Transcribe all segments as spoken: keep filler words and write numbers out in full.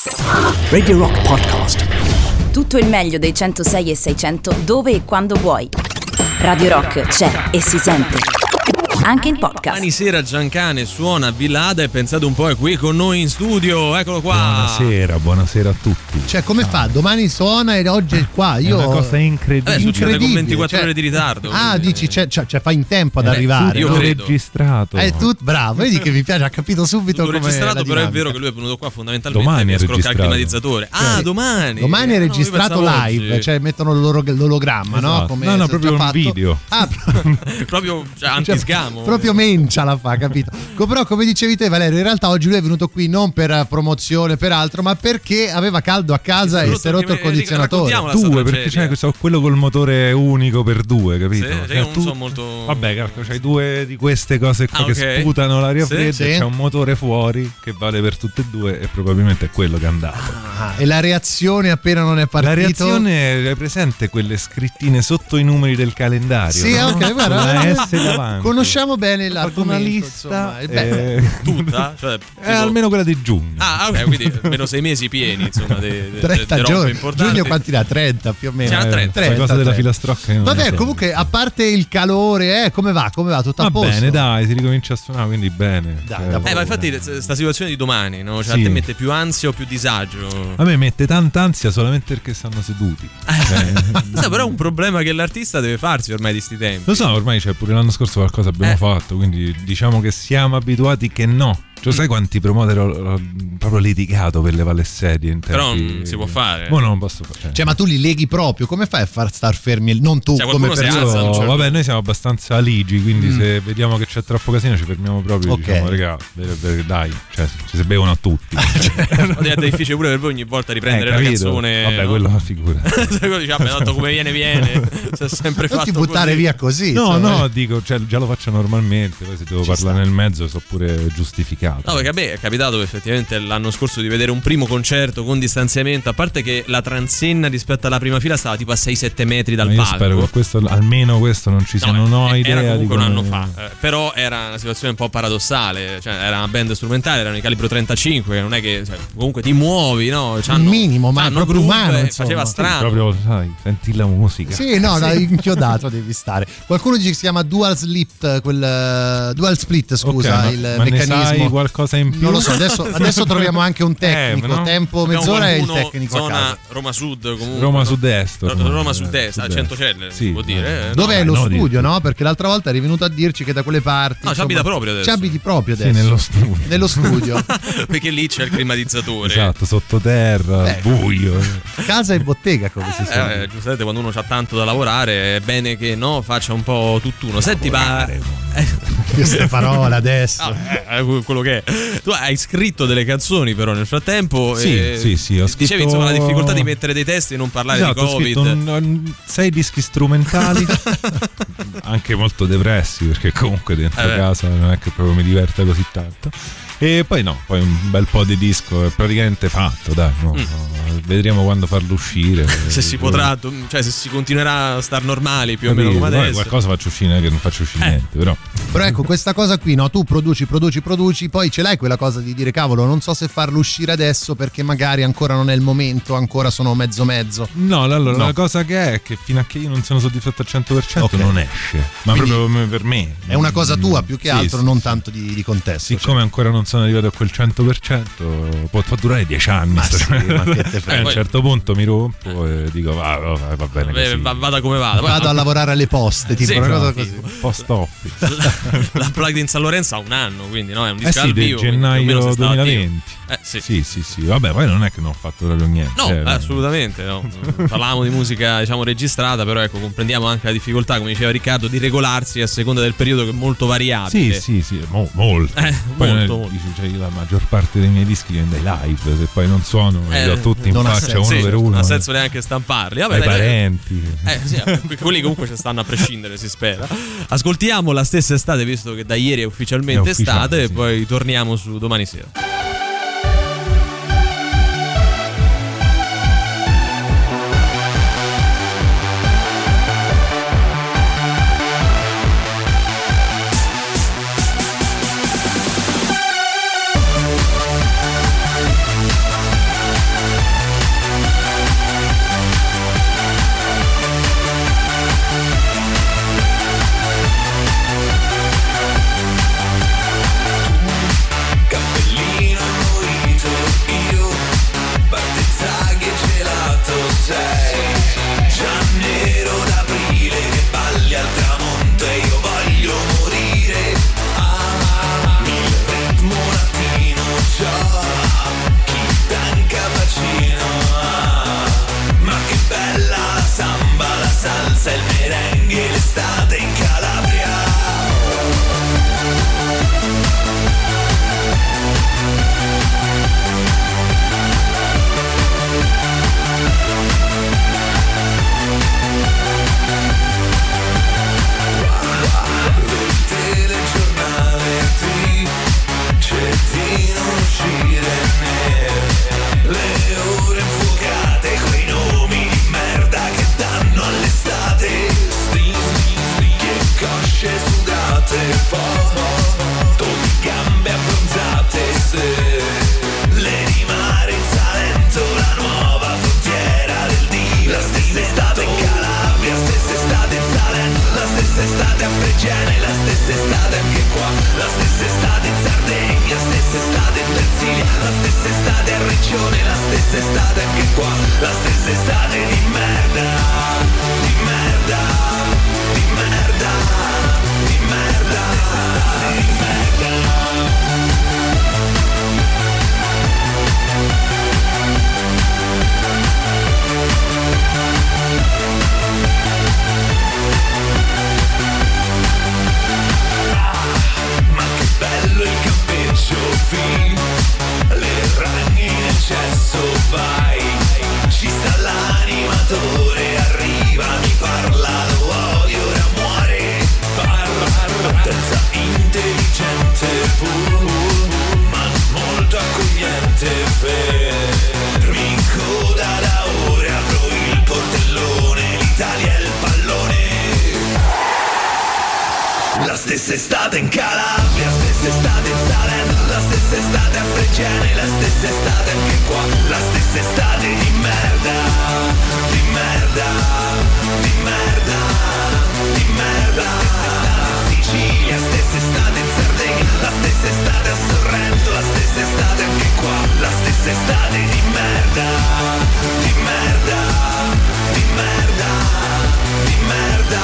Radio Rock Podcast. Tutto il meglio dei centosei e seicento dove e quando vuoi. Radio Rock c'è e si sente anche in podcast. Domani sera Giancane suona a Villada e pensate un po' è qui con noi in studio, eccolo qua. Buonasera, buonasera a tutti. Cioè come ah. fa? Domani suona e oggi è qua. Io... È una cosa incredibile. Eh, succede incredibile. con ventiquattro cioè... ore di ritardo. Ah, quindi... dici, cioè, cioè, cioè fa in tempo ad eh, arrivare. Io no? credo. registrato. È tutto bravo, vedi che mi piace, ha capito subito come registrato, però è vero che lui è venuto qua fondamentalmente domani per scroccare il registrato. climatizzatore. Ah, sì. domani. Domani è eh, registrato no, live, oggi. cioè mettono l'ologramma, Esatto. no? Come no, no, è proprio già un fatto. video. Ah, proprio cioè, antiscamo. proprio mencia la fa, capito? Co- però come dicevi te Valerio, in realtà oggi lui è venuto qui non per promozione, per altro, ma perché aveva caldo a casa Si è e si è rotto rotto il il- condizionatore. raccontiamola sta Due, perché tragedia. c'è questo, quello col motore unico per due, capito? Sì, cioè, Cioè, io non tu- so molto. Vabbè, calcolo, c'hai due di queste cose qua Ah, che ok. sputano l'aria Sì, fredda, sì. c'è un motore fuori che vale per tutte e due e probabilmente è quello che è andato. Ah, e la reazione appena non è partito? La reazione è presente quelle scrittine sotto i numeri del calendario. Sì, no? ok, guarda, Con la guarda, S davanti. conosciamo bene Ho fatto una l'argomento, lista. insomma, è bello. eh, Tutta? Cioè, eh, tipo- almeno quella di giugno. Ah, ok, quindi almeno sei mesi pieni, insomma, di trenta robe giorni. importanti. Giugno quanti ne ha? trenta più o meno. Sì, ha trenta. La cosa della trenta. filastrocca. io non la Vabbè, so. comunque a parte il calore, eh, come va? Come va? Tutto a Va posto? bene, dai, si ricomincia a suonare, quindi bene. Dai, Cioè, da Eh, poco. ma infatti sta situazione di domani, no? Cioè, Sì. a te mette più ansia o più disagio? a me mette tanta ansia solamente perché stanno seduti. Cioè, Sai, però è un problema che l'artista deve farsi ormai di sti tempi. lo so, ormai cioè, pure l'anno scorso qualcosa abbiamo Eh. fatto, quindi diciamo che siamo abituati che no. Cioè, sai quanti promoter ho, ho proprio litigato per levare le sedie in Però tempi- non si può fare. Mo non posso fare. Cioè, ma tu li leghi proprio? Come fai a far star fermi? il- Non tu, Cioè, come qualcuno si persona. alza, a un Io- certo vabbè, punto. noi siamo abbastanza ligi, quindi Mm. se vediamo che c'è troppo casino ci fermiamo proprio. Ok. Diciamo, raga, beh, beh, dai, cioè, ci si bevono a tutti. Ma diventa difficile pure per voi ogni volta riprendere Eh, la capito? canzone. Vabbè, no? quello fa figura. Quello dice, vabbè, tanto come viene, viene. Si è sempre Non fatto ti buttare così. via così. No, insomma. no, dico, cioè, già lo faccio normalmente, poi se devo Ci parlare sta. nel mezzo so pure giustificato. No, perché a me è capitato effettivamente l'anno scorso di vedere un primo concerto con distanziamento, a parte che la transenna rispetto alla prima fila stava tipo a sei sette metri dal Ma io palco. spero che questo, almeno questo non ci sia, No, non ho eh, idea era di comunque come... un anno fa, eh, però era una situazione un po' paradossale, cioè era una band strumentale, erano i calibro trentacinque, che non è che cioè, comunque ti muovi, no? C'hanno- minimo, ma è c'hanno proprio groove, umano, eh, insomma. faceva Sì, strano. Proprio, sai, senti la musica. Sì, no, no, inchiodato devi stare. Qualcuno dice che si chiama dual split, quel uh, dual split, scusa, Ok, ma- il ma ne meccanismo. sai qualcosa in più? Non lo so, adesso, adesso troviamo anche un tecnico. Eh, no? Tempo Abbiamo mezz'ora e il qualcuno tecnico a zona casa. Roma Sud comunque. Roma no? Sud-Est. Ro- ormai, Roma eh, Sud-Est, a Sud-Est. Centocelle, Sì, si può dire. eh? Dov'è dai, lo no, studio, di- no? Perché l'altra volta eri venuto a dirci che da quelle parti. No, ci abita proprio adesso. Ci abiti proprio Sì, adesso. nello studio. Nello studio. Perché lì c'è il climatizzatore. Esatto, sottoterra, Beh. buio. Casa e bottega, come si suol Eh, dire. giustamente quando uno ha tanto da lavorare è bene che no faccia un po' tutt'uno. Senti, ma Queste parole adesso. Ah, eh, quello che è. Tu hai scritto delle canzoni però nel frattempo. Sì, e sì, sì, ho Dicevi scritto- insomma la difficoltà di mettere dei testi e non parlare Esatto, di ho Covid. scritto un- un- sei dischi strumentali, anche molto depressi, perché comunque dentro Eh beh. casa non è che proprio mi diverta così tanto. E poi no, poi un bel po' di disco è praticamente fatto, dai, no, Mm. no, vedremo quando farlo uscire. Se si potrà, cioè se si continuerà a star normali più o meno Capito? come Poi adesso. qualcosa faccio uscire, non è che non faccio uscire Eh. niente, però Però ecco, questa cosa qui, no? Tu produci, produci, produci, poi ce l'hai quella cosa di dire cavolo, non so se farlo uscire adesso perché magari ancora non è il momento, ancora sono mezzo mezzo. no, allora No. la cosa che è è che fino a che io non sono soddisfatto al cento per cento Ok. non esce, ma Quindi proprio come per me È una cosa tua più che Sì, altro, sì, non sì. tanto di, di contesto. Siccome ancora non sono arrivato a quel cento per cento, può, può durare dieci anni. Ma sta- sì, ma che te Eh, frega. a un certo punto mi rompo e dico va, va, va bene Eh, così. va- vada come vada. Poi- Vado a lavorare alle poste, tipo Sì, una cosa esatto. così. Post office. la, la Plugged in San Lorenzo ha un anno, quindi no, è un Eh disco sì, al del vivo. quindi più o meno gennaio si sta attivo. duemilaventi. Eh sì. Sì, sì, sì. Vabbè, poi non è che non ho fatto proprio niente. No, eh, eh, assolutamente no. Parlavamo di musica diciamo registrata, però ecco comprendiamo anche la difficoltà, come diceva Riccardo, di regolarsi a seconda del periodo che è molto Sì, variabile. sì, sì, mo- molto. Eh, Poi molto, non è- molto. dici, cioè, io la maggior parte dei miei dischi viene dai live, se poi non suono, Eh, li ho tutti in non ha faccia senso. uno Sì, per uno. non ha senso neanche stamparli. Vabbè, Ai dai, parenti. Eh, sì, que- quelli comunque ci stanno a prescindere, si spera. Ascoltiamo La stessa estate, visto che da ieri è ufficialmente È ufficiale, estate, e sì. poi torniamo su domani sera. Fregene, la stessa estate anche qua, la stessa estate in Sardegna, stessa estate in Versilia, la stessa estate a Regione, la stessa estate anche qua, la stessa estate di merda, di merda, di merda, di merda, la stessa estate di merda. Le ragni nel cesso vai, ci sta l'animatore, arriva, mi parla, lo odio, ora muore, parla, potenza intelligente, pur, ma molto accogliente, fermi in coda da ore, apro il portellone, l'Italia è il pallone. La stessa estate in Calabria, stessa estate in Salento, la stessa estate a Fregene, la stessa estate anche qua, la stessa estate di merda, di merda, di merda, di merda, la stessa estate in Sicilia, stessa estate in Sardegna, la stessa estate a Sorrento, la stessa estate anche qua, la stessa estate di merda, di merda, di merda, di merda.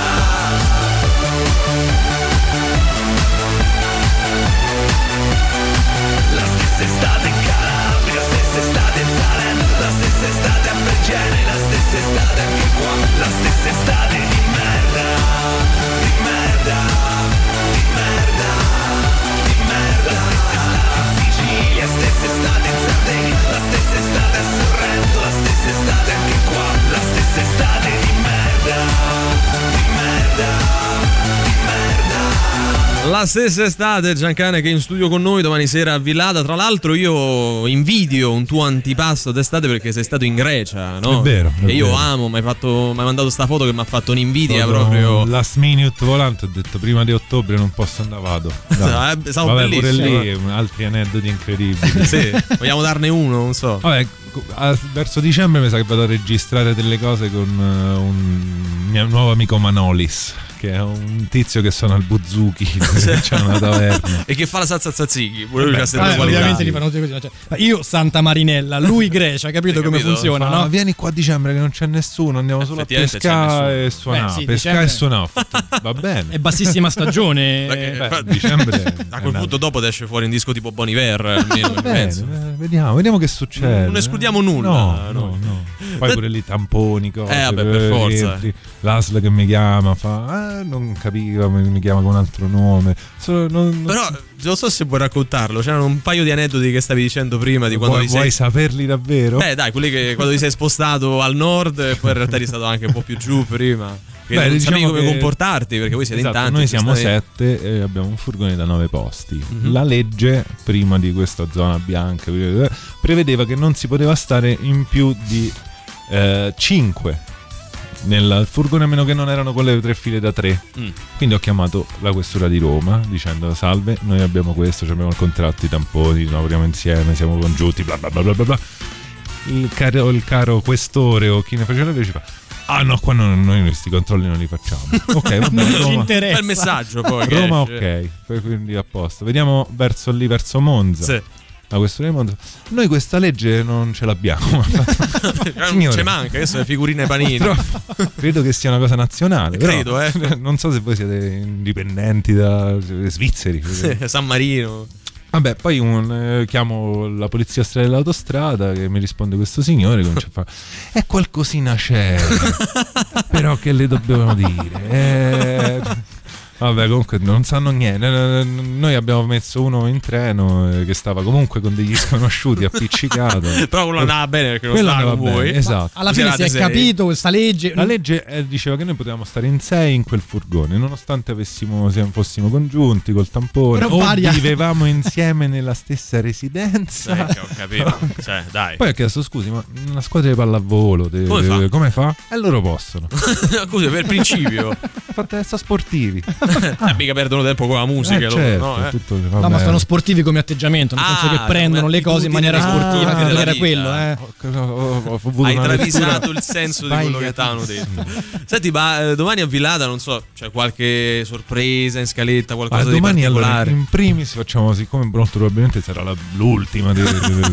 La stessa estate in Calabria, stessa estate in Salento, la stessa estate a Fregene, la stessa estate anche qua, la stessa estate di merda, di merda, di merda, di merda, la stessa estate in Sicilia, stessa estate in Sardegna, la stessa estate a Sorrento, la stessa estate anche qua, la stessa estate di merda, di merda, di merda. La stessa estate, Giancane che è in studio con noi domani sera a Villada. Tra l'altro io invidio un tuo antipasto d'estate perché sei stato in Grecia, no? È vero, è e io vero. amo, mi hai fatto, mi hai mandato sta foto che mi ha fatto un'invidia Sono proprio. Last minute volante, ho detto prima di ottobre non posso andare, vado. Dai. Eh, stavo Vabbè, pure bellissimo. lì altri aneddoti incredibili. Sì, vogliamo darne uno, non so. Vabbè, a- verso dicembre mi sa che vado a registrare delle cose con uh, un mio nuovo amico Manolis, che è un tizio che suona il buzuki, c'è una taverna. E che fa la salsa tzatziki, pure lui Beh, c'ha sempre Ah, qualità. ovviamente li fanno tutti così. Cioè, io Santa Marinella, lui Grecia, capito Hai come capito? funziona, Ma no? vieni qua a dicembre che non c'è nessuno, andiamo solo a Effettivamente c'è pescare nessuno. e suonare. Beh, sì, pescare dicembre- e suonare. Ho fatto, va bene. È bassissima stagione. Perché- Beh, dicembre A quel punto dopo ti esce fuori un disco tipo Bon Iver, almeno, va bene, penso. eh, vediamo, vediamo che succede. Non escludiamo nulla, No, no. no, no. Poi pure lì tamponi, cose, Eh, vabbè, per forza. eh, L'A S L che mi chiama fa, eh, non capiva, mi, mi chiama con un altro nome. Solo, non, Però non so se vuoi raccontarlo. C'erano un paio di aneddoti che stavi dicendo prima di quando vuoi, ti sei... vuoi saperli davvero? Beh dai, quelli che quando ti sei spostato al nord e poi in realtà eri stato anche un po' più giù prima. Che Beh, non diciamo sapevi come che- comportarti perché voi siete Esatto, in tanti. noi siamo giustamente. sette e abbiamo un furgone da nove posti. Mhm. La legge, prima di questa zona bianca, prevedeva che non si poteva stare in più di eh, cinque nel furgone, a meno che non erano quelle tre file da tre. Mm. Quindi ho chiamato la questura di Roma dicendo: salve, noi abbiamo questo, cioè abbiamo il contratto, i tamponi, lavoriamo insieme, siamo congiunti, bla bla bla bla bla bla. Il caro, il caro questore o chi ne faceva la legge fa: ah no, qua non- noi questi controlli non li facciamo. Ok, va bene, Non ci Roma, interessa. Bel messaggio poi. che Roma esce. ok, poi quindi a posto. Vediamo verso lì, verso Monza. Sì. La questura di Monza. Noi questa legge non ce l'abbiamo. Non Signore. ci manca, che sono le figurine panini. Purtroppo, credo che sia una cosa nazionale. però Credo, eh. Non so se voi siete indipendenti da svizzeri. Sì, San Marino. Vabbè, poi un, eh, chiamo la polizia stradale dell'autostrada che mi risponde questo signore, comincia a fare: è qualcosina c'è, però che le dobbiamo dire? Eh, vabbè, comunque non sanno niente. Noi abbiamo messo uno in treno eh, che stava comunque con degli sconosciuti appiccicato. Però quello andava bene perché non Quello stava andava con voi. bene, esatto. Alla fine si è Eravate sei. capito questa legge. La legge eh, diceva che noi potevamo stare in sei in quel furgone, nonostante avessimo, siamo- fossimo congiunti col tampone, Però o varia. vivevamo insieme nella stessa residenza. Eh, che ho capito. Cioè, dai. Poi ho chiesto: scusi, ma una squadra di pallavolo Come fa? come fa? E loro possono. Scusa, per principio. Fate testa sportivi. eh, mica perdono tempo con la musica, Eh, certo, no? Eh. tutto, No, vabbè. ma sono sportivi come atteggiamento, nel Ah, senso che prendono le cose in maniera un'attitudine sportiva, della credo che era vita. quello, eh. Ho- ho- ho avuto Hai una travisato lettura il senso di quello che ti hanno detto. Senti, ma eh, domani a Villada, non so, c'è qualche sorpresa in scaletta, Ah, qualcosa di domani allora particolare? in primis facciamo, siccome molto probabilmente sarà la- l'ultima di,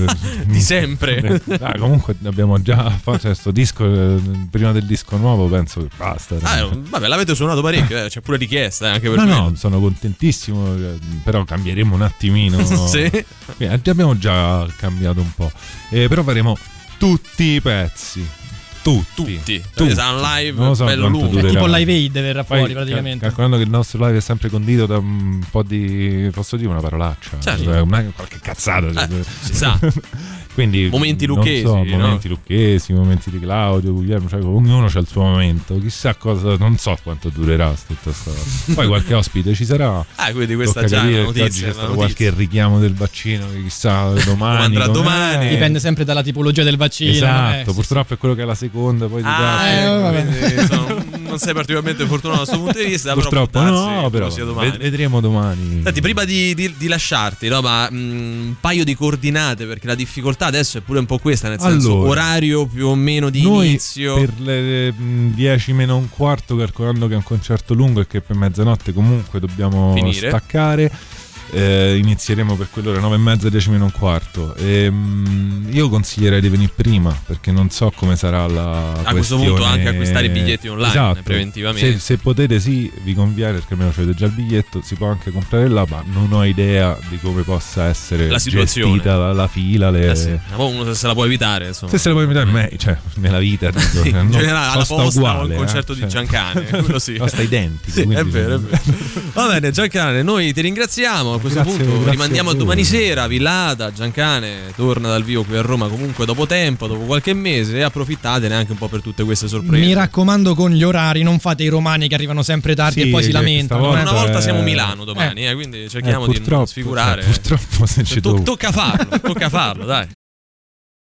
Di sempre. Ah, comunque abbiamo già fatto questo disco, eh, prima del disco nuovo penso che basta. Ah, eh, vabbè, l'avete suonato parecchio, eh, c'è pure richiesta eh, anche per No, quello. no, sono contentissimo, eh, però cambieremo un attimino. Sì. Eh, abbiamo già cambiato un po', eh, però faremo tutti i pezzi. Tutti, Tutti. Sarà un live Non lo so bello quanto lungo. durerà. Tipo live aid verrà Poi, fuori cal- praticamente. calcolando che il nostro live è sempre condito da un po' di, posso dire una parolaccia, Certo. cioè, una- qualche cazzata, cioè, Eh, si sa. quindi Momenti non lucchesi, so, no? momenti lucchesi, momenti di Claudio, Guglielmo, cioè, ognuno c'ha il suo momento, chissà cosa, non so quanto durerà tutta sta. Poi qualche ospite ci sarà. Ah, quindi questa Tocca già è capire una che notizia, oggi c'è una stato notizia. qualche richiamo del vaccino che chissà domani andrà com'è. domani. Dipende sempre dalla tipologia del vaccino. Esatto, eh, purtroppo è quello che è la seconda, poi ti Ah, dà- Eh, ecco, vabbè. quindi, sono- non sei particolarmente fortunato da questo punto di vista, purtroppo però può darsi no, che però lo sia domani. ved- vedremo domani. Senti, prima di, di- di lasciarti, no, ma mh, un paio di coordinate, perché la difficoltà adesso è pure un po' questa, nel senso Allora, orario più o meno di Noi inizio. per le mh, dieci meno un quarto, calcolando che è un concerto lungo e che per mezzanotte comunque dobbiamo Finire. staccare, eh, inizieremo per quell'ora nove e mezza, dieci meno un quarto. E, mh, io consiglierei di venire prima perché non so come sarà la A questo questione. punto anche acquistare i biglietti online, Esatto. preventivamente. Se, se potete sì, vi conviene perché almeno avete già il biglietto, si può anche comprare là, ma non ho idea di come possa essere La situazione. gestita la, la fila, le... Eh sì, ma uno se se la può evitare, insomma. Se se la puoi imitare, me, cioè, nella vita, dico, Sì, in non- generale, alla costa posta uguale, o al eh, concerto di cioè, Giancane, quello sì. costa identico. Sì, quindi- è vero, è vero. Va bene, Giancane, noi ti ringraziamo. A questo Grazie, punto grazie rimandiamo a a voi. domani sera. Villada, Giancane torna dal vivo qui a Roma comunque dopo tempo, dopo qualche mese, e approfittatene anche un po' per tutte queste sorprese. Mi raccomando con gli orari, non fate i romani che arrivano sempre tardi Sì, e poi si che lamentano. stavolta- eh. Una volta Eh, siamo a Milano domani, eh, quindi cerchiamo Eh, di non purtroppo, sfigurare. cioè, purtroppo se ci To- devo- tocca farlo, tocca farlo, dai.